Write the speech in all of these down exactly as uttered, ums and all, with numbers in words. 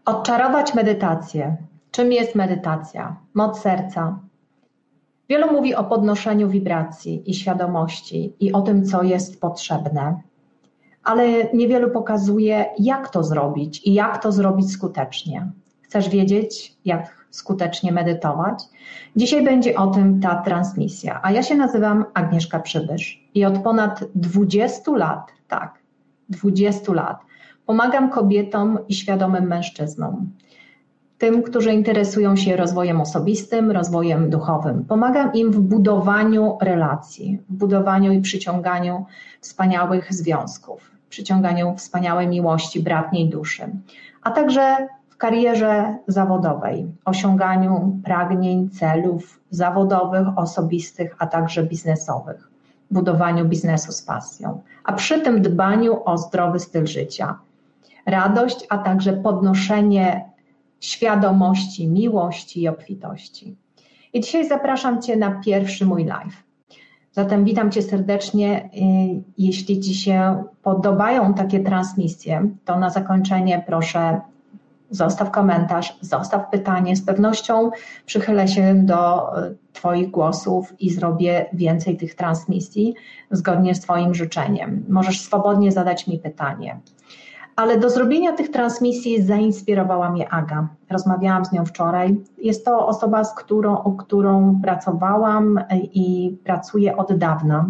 Odczarować medytację. Czym jest medytacja? Moc serca. Wielu mówi o podnoszeniu wibracji i świadomości i o tym, co jest potrzebne, ale niewielu pokazuje, jak to zrobić i jak to zrobić skutecznie. Chcesz wiedzieć, jak skutecznie medytować? Dzisiaj będzie o tym ta transmisja, a ja się nazywam Agnieszka Przybysz i od ponad dwudziestu lat, tak, dwudziestu lat, pomagam kobietom i świadomym mężczyznom, tym, którzy interesują się rozwojem osobistym, rozwojem duchowym. Pomagam im w budowaniu relacji, w budowaniu i przyciąganiu wspaniałych związków, przyciąganiu wspaniałej miłości bratniej duszy, a także w karierze zawodowej, osiąganiu pragnień, celów zawodowych, osobistych, a także biznesowych, budowaniu biznesu z pasją, a przy tym dbaniu o zdrowy styl życia, radość, a także podnoszenie świadomości, miłości i obfitości. I dzisiaj zapraszam Cię na pierwszy mój live. Zatem witam Cię serdecznie. Jeśli Ci się podobają takie transmisje, to na zakończenie proszę zostaw komentarz, zostaw pytanie. Z pewnością przychylę się do Twoich głosów i zrobię więcej tych transmisji zgodnie z Twoim życzeniem. Możesz swobodnie zadać mi pytanie. Ale do zrobienia tych transmisji zainspirowała mnie Aga. Rozmawiałam z nią wczoraj. Jest to osoba, z którą, o którą pracowałam i pracuję od dawna,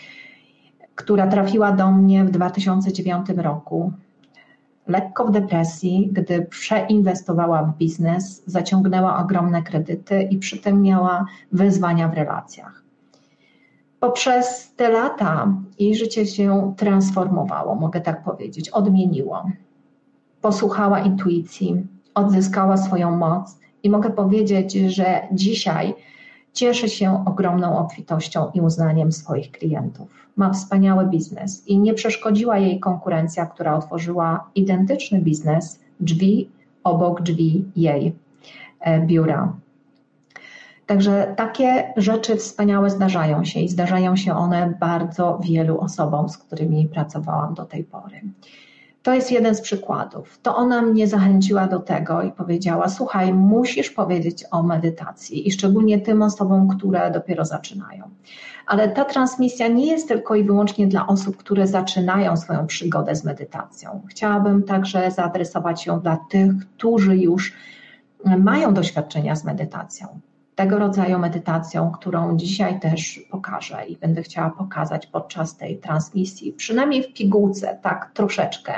która trafiła do mnie w dwa tysiące dziewiątym roku. Lekko w depresji, gdy przeinwestowała w biznes, zaciągnęła ogromne kredyty i przy tym miała wyzwania w relacjach. Poprzez te lata jej życie się transformowało, mogę tak powiedzieć, odmieniło. Posłuchała intuicji, odzyskała swoją moc i mogę powiedzieć, że dzisiaj cieszy się ogromną obfitością i uznaniem swoich klientów. Ma wspaniały biznes i nie przeszkodziła jej konkurencja, która otworzyła identyczny biznes, drzwi obok drzwi jej biura. Także takie rzeczy wspaniałe zdarzają się i zdarzają się one bardzo wielu osobom, z którymi pracowałam do tej pory. To jest jeden z przykładów. To ona mnie zachęciła do tego i powiedziała: słuchaj, musisz powiedzieć o medytacji i szczególnie tym osobom, które dopiero zaczynają. Ale ta transmisja nie jest tylko i wyłącznie dla osób, które zaczynają swoją przygodę z medytacją. Chciałabym także zaadresować ją dla tych, którzy już mają doświadczenia z medytacją. Tego rodzaju medytacją, którą dzisiaj też pokażę i będę chciała pokazać podczas tej transmisji, przynajmniej w pigułce, tak troszeczkę.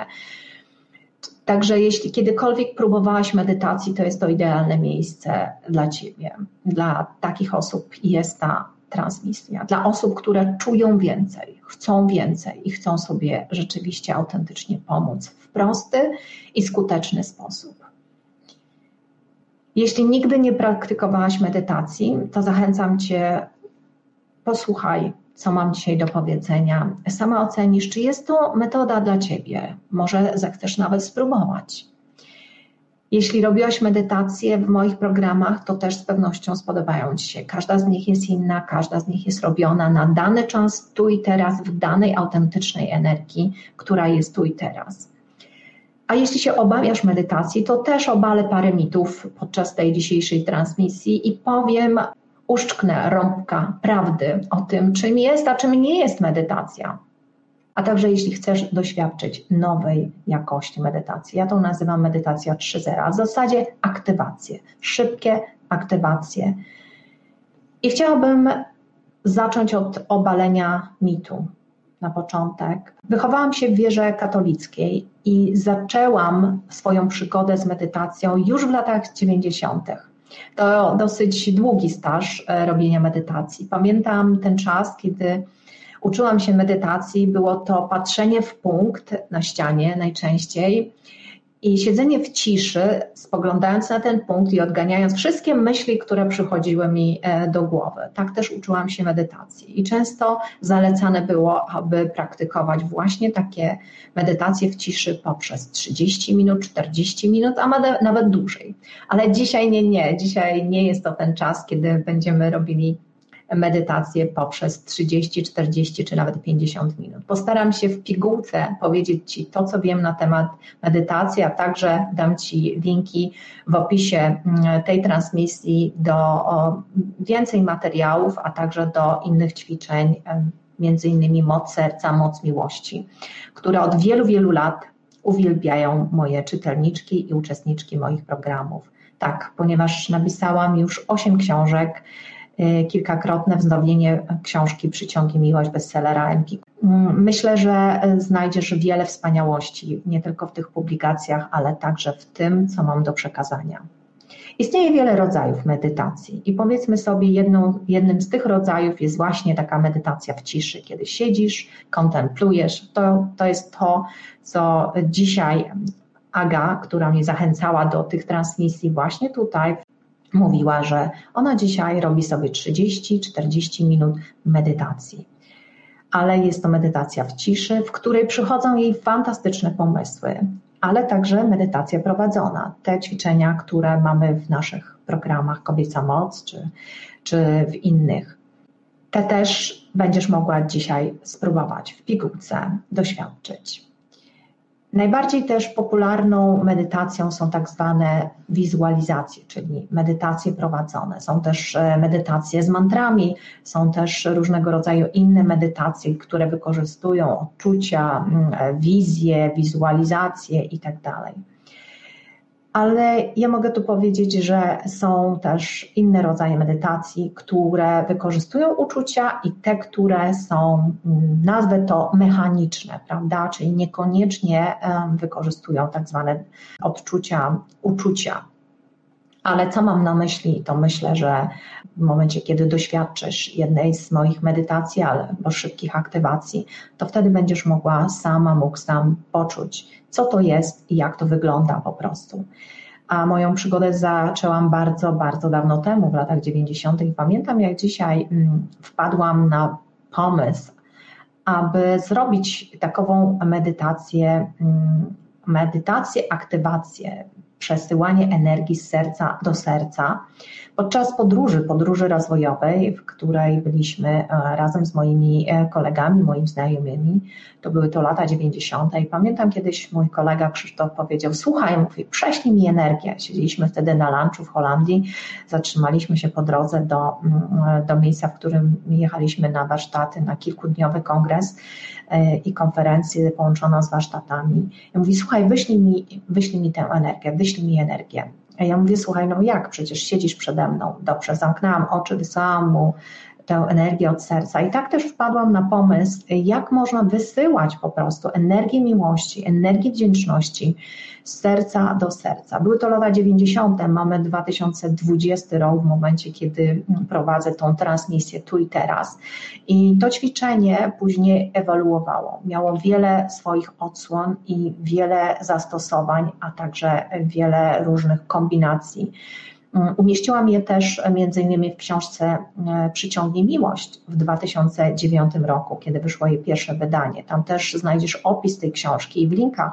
Także jeśli kiedykolwiek próbowałaś medytacji, to jest to idealne miejsce dla Ciebie. Dla takich osób jest ta transmisja. Dla osób, które czują więcej, chcą więcej i chcą sobie rzeczywiście autentycznie pomóc w prosty i skuteczny sposób. Jeśli nigdy nie praktykowałaś medytacji, to zachęcam Cię, posłuchaj, co mam dzisiaj do powiedzenia. Sama ocenisz, czy jest to metoda dla Ciebie. Może zechcesz nawet spróbować. Jeśli robiłaś medytację w moich programach, to też z pewnością spodobają Ci się. Każda z nich jest inna, każda z nich jest robiona na dany czas, tu i teraz, w danej autentycznej energii, która jest tu i teraz. A jeśli się obawiasz medytacji, to też obalę parę mitów podczas tej dzisiejszej transmisji i powiem, uszczknę rąbka prawdy o tym, czym jest, a czym nie jest medytacja. A także jeśli chcesz doświadczyć nowej jakości medytacji. Ja to nazywam medytacja trzy zero, a w zasadzie aktywacje, szybkie aktywacje. I chciałabym zacząć od obalenia mitu. Na początek. Wychowałam się w wierze katolickiej i zaczęłam swoją przygodę z medytacją już w latach dziewięćdziesiątych. To dosyć długi staż robienia medytacji. Pamiętam ten czas, kiedy uczyłam się medytacji, było to patrzenie w punkt na ścianie najczęściej i siedzenie w ciszy, spoglądając na ten punkt i odganiając wszystkie myśli, które przychodziły mi do głowy. Tak też uczyłam się medytacji i często zalecane było, aby praktykować właśnie takie medytacje w ciszy poprzez trzydzieści minut, czterdzieści minut, a nawet dłużej. Ale dzisiaj nie, nie. Dzisiaj nie jest to ten czas, kiedy będziemy robili medytację poprzez trzydzieści, czterdzieści czy nawet pięćdziesiąt minut. Postaram się w pigułce powiedzieć Ci to, co wiem na temat medytacji, a także dam Ci linki w opisie tej transmisji do więcej materiałów, a także do innych ćwiczeń, między innymi moc serca, moc miłości, które od wielu, wielu lat uwielbiają moje czytelniczki i uczestniczki moich programów. Tak, ponieważ napisałam już osiem książek, kilkakrotne wznowienie książki Przyciąg i miłość bestsellera Empiku. Myślę, że znajdziesz wiele wspaniałości, nie tylko w tych publikacjach, ale także w tym, co mam do przekazania. Istnieje wiele rodzajów medytacji i powiedzmy sobie, jedną, jednym z tych rodzajów jest właśnie taka medytacja w ciszy, kiedy siedzisz, kontemplujesz. To, to jest to, co dzisiaj Aga, która mnie zachęcała do tych transmisji właśnie tutaj, mówiła, że ona dzisiaj robi sobie trzydzieści czterdzieści minut medytacji. Ale jest to medytacja w ciszy, w której przychodzą jej fantastyczne pomysły, ale także medytacja prowadzona. Te ćwiczenia, które mamy w naszych programach Kobieca Moc czy, czy w innych. Te też będziesz mogła dzisiaj spróbować w pigułce doświadczyć. Najbardziej też popularną medytacją są tak zwane wizualizacje, czyli medytacje prowadzone. Są też medytacje z mantrami, są też różnego rodzaju inne medytacje, które wykorzystują odczucia, wizje, wizualizacje itd. Ale ja mogę tu powiedzieć, że są też inne rodzaje medytacji, które wykorzystują uczucia i te, które są, nazwę to mechaniczne, prawda, czyli niekoniecznie wykorzystują tak zwane odczucia, uczucia. Ale co mam na myśli, to myślę, że w momencie, kiedy doświadczysz jednej z moich medytacji albo szybkich aktywacji, to wtedy będziesz mogła sama, mógł sam poczuć, co to jest i jak to wygląda po prostu. A moją przygodę zaczęłam bardzo, bardzo dawno temu, w latach dziewięćdziesiątych. I pamiętam, jak dzisiaj wpadłam na pomysł, aby zrobić takową medytację, medytację, aktywację, przesyłanie energii z serca do serca podczas podróży, podróży rozwojowej, w której byliśmy razem z moimi kolegami, moimi znajomymi. To były to lata dziewięćdziesiąte. I pamiętam, kiedyś mój kolega Krzysztof powiedział: słuchaj, mówi, prześlij mi energię. Siedzieliśmy wtedy na lunchu w Holandii, zatrzymaliśmy się po drodze do, do miejsca, w którym jechaliśmy na warsztaty, na kilkudniowy kongres i konferencję połączoną z warsztatami. Ja mówię: słuchaj, wyślij mi, wyślij mi tę energię, wyślij mi energię. A ja mówię: słuchaj, no jak, przecież siedzisz przede mną. Dobrze, zamknęłam oczy, wysłałam mu tę energię od serca. I tak też wpadłam na pomysł, jak można wysyłać po prostu energię miłości, energię wdzięczności z serca do serca. Były to lata dziewięćdziesiąte, mamy dwa tysiące dwudziesty rok w momencie, kiedy prowadzę tą transmisję tu i teraz. I to ćwiczenie później ewoluowało. Miało wiele swoich odsłon i wiele zastosowań, a także wiele różnych kombinacji. Umieściłam je też między innymi w książce Przyciągnij miłość w dwa tysiące dziewiątym roku, kiedy wyszło jej pierwsze wydanie. Tam też znajdziesz opis tej książki i w linkach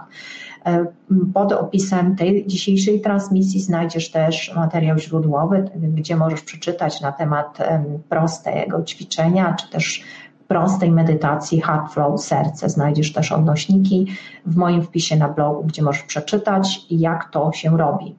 pod opisem tej dzisiejszej transmisji znajdziesz też materiał źródłowy, gdzie możesz przeczytać na temat prostego ćwiczenia, czy też prostej medytacji Heart Flow, serce. Znajdziesz też odnośniki w moim wpisie na blogu, gdzie możesz przeczytać, jak to się robi.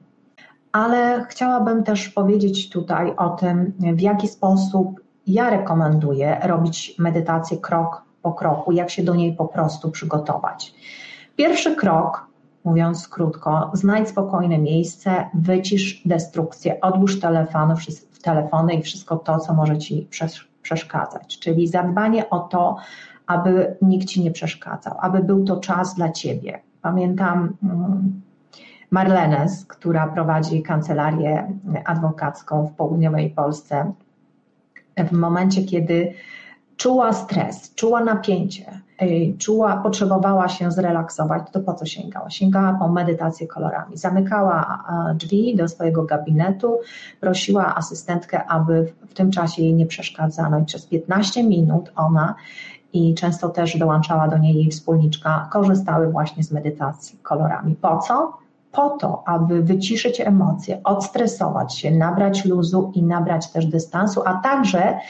Ale chciałabym też powiedzieć tutaj o tym, w jaki sposób ja rekomenduję robić medytację krok po kroku, jak się do niej po prostu przygotować. Pierwszy krok, mówiąc krótko, znajdź spokojne miejsce, wycisz destrukcję, odłóż telefony, telefony i wszystko to, co może Ci przeszkadzać. Czyli zadbanie o to, aby nikt Ci nie przeszkadzał, aby był to czas dla Ciebie. Pamiętam Marlenes, która prowadzi kancelarię adwokacką w południowej Polsce, w momencie, kiedy czuła stres, czuła napięcie, czuła, potrzebowała się zrelaksować, to po co sięgała? Sięgała po medytację kolorami. Zamykała drzwi do swojego gabinetu, prosiła asystentkę, aby w tym czasie jej nie przeszkadzano i przez piętnaście minut ona i często też dołączała do niej jej wspólniczka, korzystały właśnie z medytacji kolorami. Po co? Po to, aby wyciszyć emocje, odstresować się, nabrać luzu i nabrać też dystansu, a także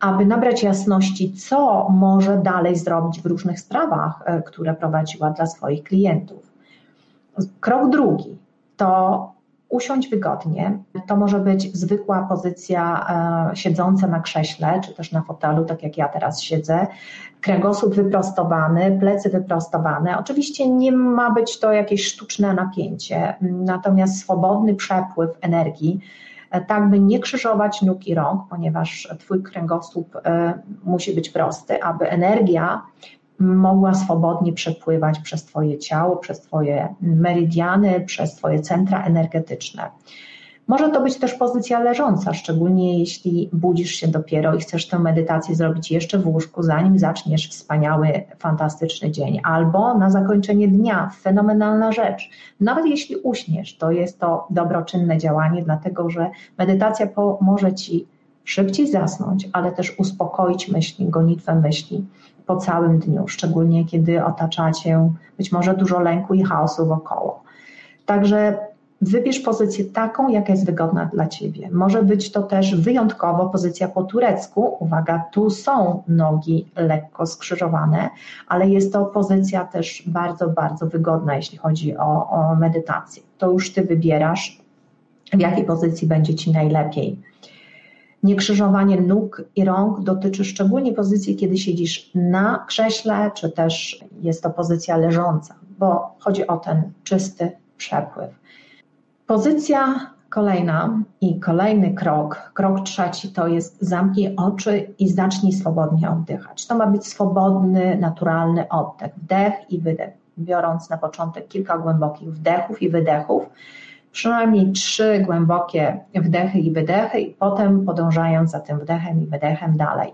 aby nabrać jasności, co może dalej zrobić w różnych sprawach, które prowadziła dla swoich klientów. Krok drugi to usiądź wygodnie. To może być zwykła pozycja e, siedząca na krześle, czy też na fotelu, tak jak ja teraz siedzę. Kręgosłup wyprostowany, plecy wyprostowane. Oczywiście nie ma być to jakieś sztuczne napięcie, natomiast swobodny przepływ energii, e, tak by nie krzyżować nóg i rąk, ponieważ twój kręgosłup e, musi być prosty, aby energia mogła swobodnie przepływać przez twoje ciało, przez twoje meridiany, przez twoje centra energetyczne. Może to być też pozycja leżąca, szczególnie jeśli budzisz się dopiero i chcesz tę medytację zrobić jeszcze w łóżku, zanim zaczniesz wspaniały, fantastyczny dzień. Albo na zakończenie dnia, fenomenalna rzecz. Nawet jeśli uśniesz, to jest to dobroczynne działanie, dlatego że medytacja pomoże ci szybciej zasnąć, ale też uspokoić myśli, gonitwę myśli po całym dniu, szczególnie kiedy otacza cię być może dużo lęku i chaosu wokoło. Także wybierz pozycję taką, jaka jest wygodna dla ciebie. Może być to też wyjątkowo pozycja po turecku. Uwaga, tu są nogi lekko skrzyżowane, ale jest to pozycja też bardzo, bardzo wygodna, jeśli chodzi o, o medytację. To już ty wybierasz, w jakiej pozycji będzie ci najlepiej. Niekrzyżowanie nóg i rąk dotyczy szczególnie pozycji, kiedy siedzisz na krześle, czy też jest to pozycja leżąca, bo chodzi o ten czysty przepływ. Pozycja kolejna i kolejny krok, krok trzeci to jest zamknij oczy i zacznij swobodnie oddychać. To ma być swobodny, naturalny oddech, wdech i wydech, biorąc na początek kilka głębokich wdechów i wydechów, przynajmniej trzy głębokie wdechy i wydechy i potem podążając za tym wdechem i wydechem dalej.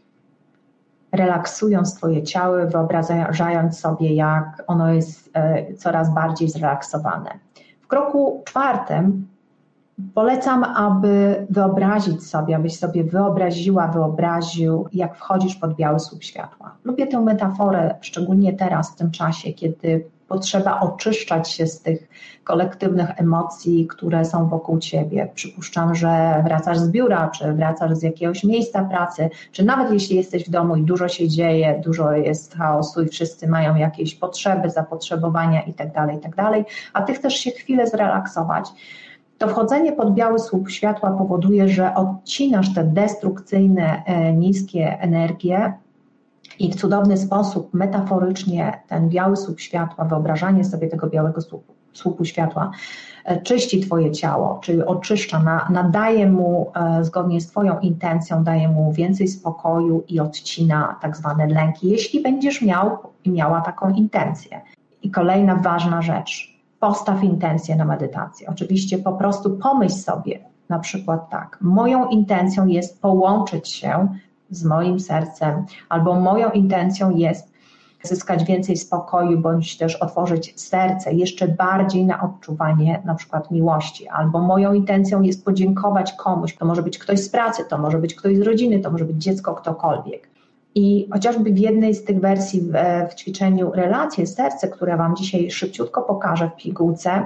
Relaksując twoje ciało, wyobrażając sobie, jak ono jest coraz bardziej zrelaksowane. W kroku czwartym polecam, aby wyobrazić sobie, abyś sobie wyobraziła, wyobraził, jak wchodzisz pod biały słup światła. Lubię tę metaforę, szczególnie teraz, w tym czasie, kiedy potrzeba oczyszczać się z tych kolektywnych emocji, które są wokół ciebie. Przypuszczam, że wracasz z biura, czy wracasz z jakiegoś miejsca pracy, czy nawet jeśli jesteś w domu i dużo się dzieje, dużo jest chaosu i wszyscy mają jakieś potrzeby, zapotrzebowania itd., itd., a ty chcesz się chwilę zrelaksować, to wchodzenie pod biały słup światła powoduje, że odcinasz te destrukcyjne, niskie energie i w cudowny sposób, metaforycznie ten biały słup światła, wyobrażanie sobie tego białego słupu, słupu światła czyści twoje ciało, czyli oczyszcza, na, nadaje mu, e, zgodnie z twoją intencją, daje mu więcej spokoju i odcina tak zwane lęki, jeśli będziesz miał i miała taką intencję. I kolejna ważna rzecz, postaw intencję na medytację. Oczywiście po prostu pomyśl sobie, na przykład tak, moją intencją jest połączyć się z moim sercem, albo moją intencją jest zyskać więcej spokoju, bądź też otworzyć serce jeszcze bardziej na odczuwanie na przykład miłości, albo moją intencją jest podziękować komuś, to może być ktoś z pracy, to może być ktoś z rodziny, to może być dziecko, ktokolwiek. I chociażby w jednej z tych wersji w, w ćwiczeniu relacje, serce, które wam dzisiaj szybciutko pokażę w pigułce,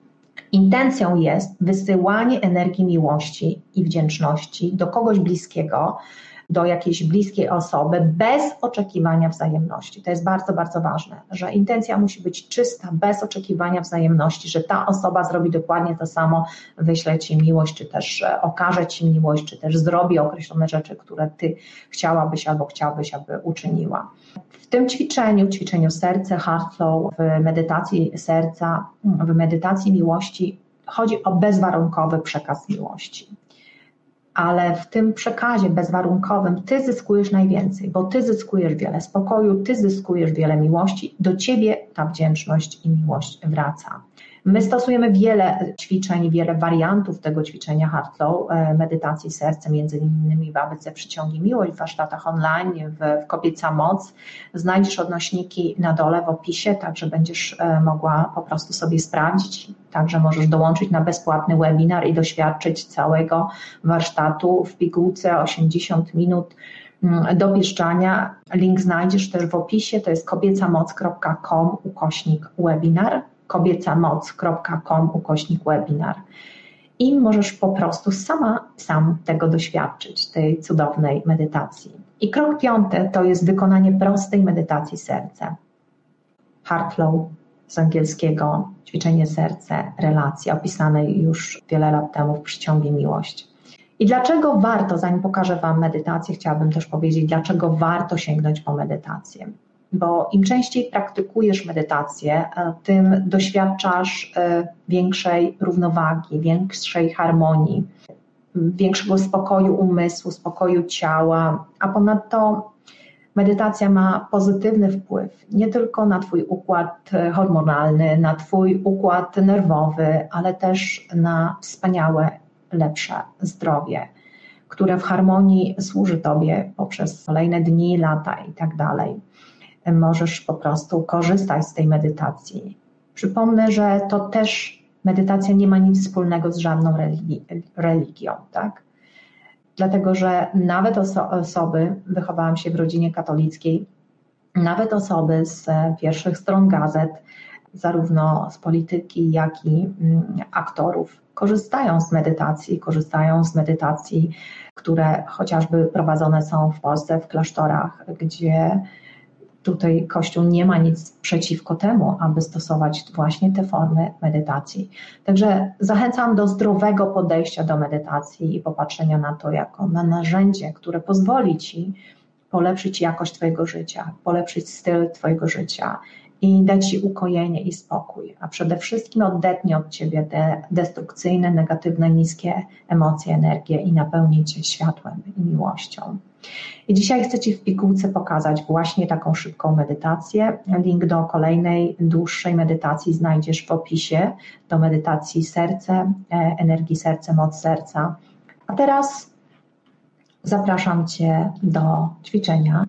intencją jest wysyłanie energii miłości i wdzięczności do kogoś bliskiego, do jakiejś bliskiej osoby bez oczekiwania wzajemności. To jest bardzo, bardzo ważne, że intencja musi być czysta, bez oczekiwania wzajemności, że ta osoba zrobi dokładnie to samo, wyśle ci miłość, czy też okaże ci miłość, czy też zrobi określone rzeczy, które ty chciałabyś albo chciałbyś, aby uczyniła. W tym ćwiczeniu, ćwiczeniu serce, heart flow, w medytacji serca, w medytacji miłości chodzi o bezwarunkowy przekaz miłości. Ale w tym przekazie bezwarunkowym ty zyskujesz najwięcej, bo ty zyskujesz wiele spokoju, ty zyskujesz wiele miłości, do ciebie ta wdzięczność i miłość wraca. My stosujemy wiele ćwiczeń, wiele wariantów tego ćwiczenia Heart Flow, medytacji serca, między innymi w A B C Przyciągi Miłość, w warsztatach online, w, w Kobieca Moc. Znajdziesz odnośniki na dole w opisie, także będziesz mogła po prostu sobie sprawdzić. Także możesz dołączyć na bezpłatny webinar i doświadczyć całego warsztatu w pigułce osiemdziesiąt minut do pieszczania. Link znajdziesz też w opisie, to jest kobiecamoc kropka com ukośnik webinar, kobiecamoc kropka com ukośnik webinar. i możesz po prostu sama, sam tego doświadczyć, tej cudownej medytacji. I krok piąty to jest wykonanie prostej medytacji serca. Heart flow z angielskiego, ćwiczenie serce, relacja, opisanej już wiele lat temu w Przyciągiem Miłość. I dlaczego warto, zanim pokażę Wam medytację, chciałabym też powiedzieć, dlaczego warto sięgnąć po medytację. Bo im częściej praktykujesz medytację, tym doświadczasz większej równowagi, większej harmonii, większego spokoju umysłu, spokoju ciała, a ponadto medytacja ma pozytywny wpływ nie tylko na Twój układ hormonalny, na Twój układ nerwowy, ale też na wspaniałe, lepsze zdrowie, które w harmonii służy Tobie poprzez kolejne dni, lata i tak dalej. Możesz po prostu korzystać z tej medytacji. Przypomnę, że to też medytacja nie ma nic wspólnego z żadną religi- religią, tak? Dlatego, że nawet oso- osoby, wychowałam się w rodzinie katolickiej, nawet osoby z pierwszych stron gazet, zarówno z polityki, jak i mm, aktorów, korzystają z medytacji, korzystają z medytacji, które chociażby prowadzone są w Polsce w klasztorach, gdzie tutaj Kościół nie ma nic przeciwko temu, aby stosować właśnie te formy medytacji. Także zachęcam do zdrowego podejścia do medytacji i popatrzenia na to jako na narzędzie, które pozwoli Ci polepszyć jakość Twojego życia, polepszyć styl Twojego życia i dać Ci ukojenie i spokój, a przede wszystkim oddetnie od Ciebie te destrukcyjne, negatywne, niskie emocje, energię i napełni Cię światłem i miłością. I dzisiaj chcę Ci w pigułce pokazać właśnie taką szybką medytację. Link do kolejnej, dłuższej medytacji znajdziesz w opisie, do medytacji serce, energii serca, moc serca. A teraz zapraszam Cię do ćwiczenia.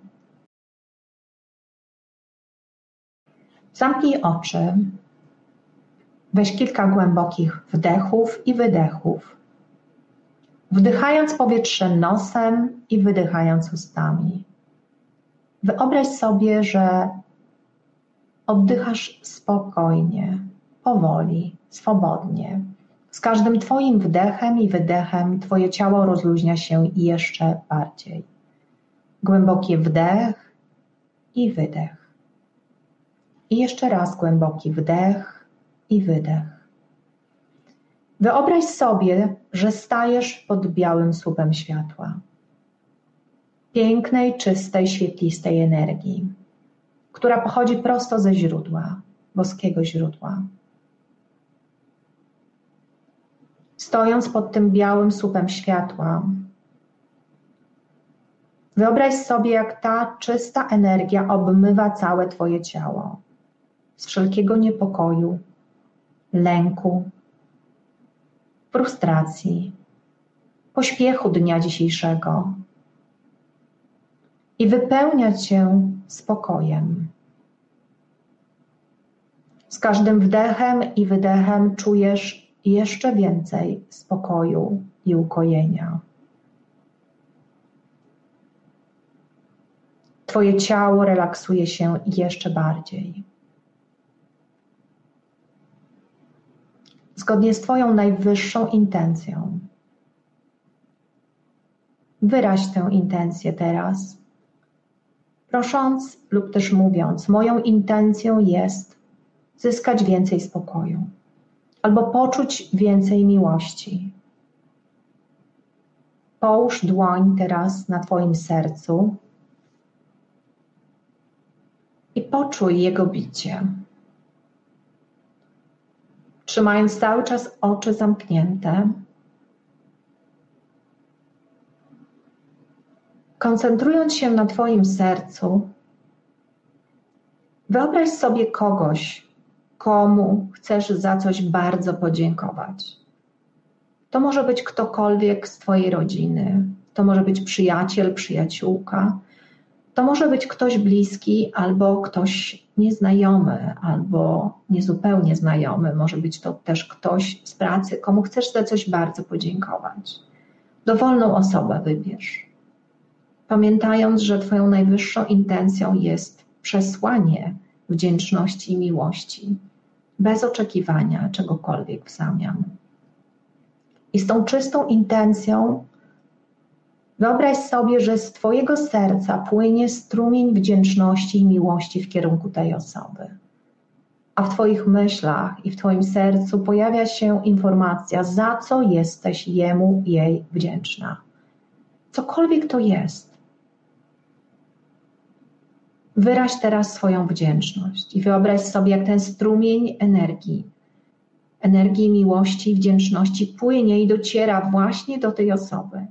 Zamknij oczy, weź kilka głębokich wdechów i wydechów, wdychając powietrze nosem i wydychając ustami. Wyobraź sobie, że oddychasz spokojnie, powoli, swobodnie. Z każdym Twoim wdechem i wydechem Twoje ciało rozluźnia się jeszcze bardziej. Głęboki wdech i wydech. I jeszcze raz głęboki wdech i wydech. Wyobraź sobie, że stajesz pod białym słupem światła. Pięknej, czystej, świetlistej energii, która pochodzi prosto ze źródła, boskiego źródła. Stojąc pod tym białym słupem światła, wyobraź sobie, jak ta czysta energia obmywa całe Twoje ciało z wszelkiego niepokoju, lęku, frustracji, pośpiechu dnia dzisiejszego i wypełnia Cię spokojem. Z każdym wdechem i wydechem czujesz jeszcze więcej spokoju i ukojenia. Twoje ciało relaksuje się jeszcze bardziej. Zgodnie z Twoją najwyższą intencją. Wyraź tę intencję teraz, prosząc lub też mówiąc: moją intencją jest zyskać więcej spokoju albo poczuć więcej miłości. Połóż dłoń teraz na Twoim sercu i poczuj jego bicie. Trzymając cały czas oczy zamknięte, koncentrując się na Twoim sercu, wyobraź sobie kogoś, komu chcesz za coś bardzo podziękować. To może być ktokolwiek z Twojej rodziny, to może być przyjaciel, przyjaciółka, to może być ktoś bliski albo ktoś nieznajomy, albo niezupełnie znajomy. Może być to też ktoś z pracy, komu chcesz za coś bardzo podziękować. Dowolną osobę wybierz. Pamiętając, że Twoją najwyższą intencją jest przesłanie wdzięczności i miłości, bez oczekiwania czegokolwiek w zamian. I z tą czystą intencją wyobraź sobie, że z Twojego serca płynie strumień wdzięczności i miłości w kierunku tej osoby. A w Twoich myślach i w Twoim sercu pojawia się informacja, za co jesteś jemu, jej wdzięczna. Cokolwiek to jest. Wyraź teraz swoją wdzięczność i wyobraź sobie, jak ten strumień energii, energii miłości i wdzięczności płynie i dociera właśnie do tej osoby.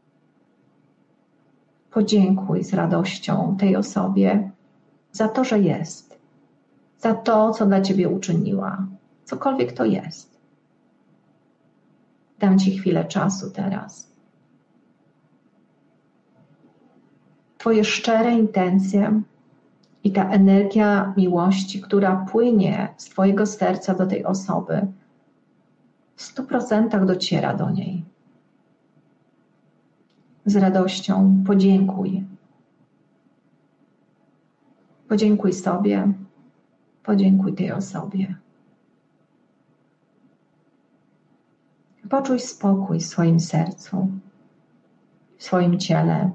Podziękuj z radością tej osobie za to, że jest, za to, co dla Ciebie uczyniła, cokolwiek to jest. Dam Ci chwilę czasu teraz. Twoje szczere intencje i ta energia miłości, która płynie z Twojego serca do tej osoby, w stu procentach dociera do niej. Z radością podziękuj. Podziękuj sobie, podziękuj tej osobie. Poczuj spokój w swoim sercu, w swoim ciele.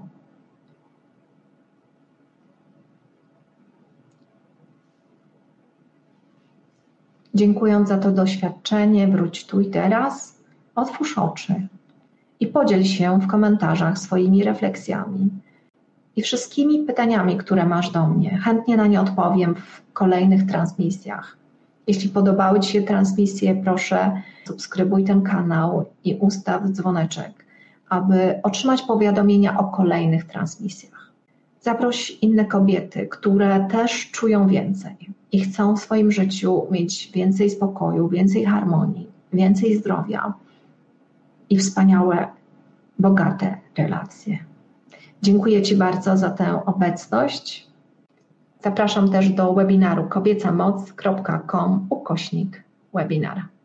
Dziękując za to doświadczenie, wróć tu i teraz, otwórz oczy i podziel się w komentarzach swoimi refleksjami i wszystkimi pytaniami, które masz do mnie. Chętnie na nie odpowiem w kolejnych transmisjach. Jeśli podobały Ci się transmisje, proszę subskrybuj ten kanał i ustaw dzwoneczek, aby otrzymać powiadomienia o kolejnych transmisjach. Zaproś inne kobiety, które też czują więcej i chcą w swoim życiu mieć więcej spokoju, więcej harmonii, więcej zdrowia i wspaniałe, bogate relacje. Dziękuję Ci bardzo za tę obecność. Zapraszam też do webinaru kobiecamoc kropka com ukośnik webinar.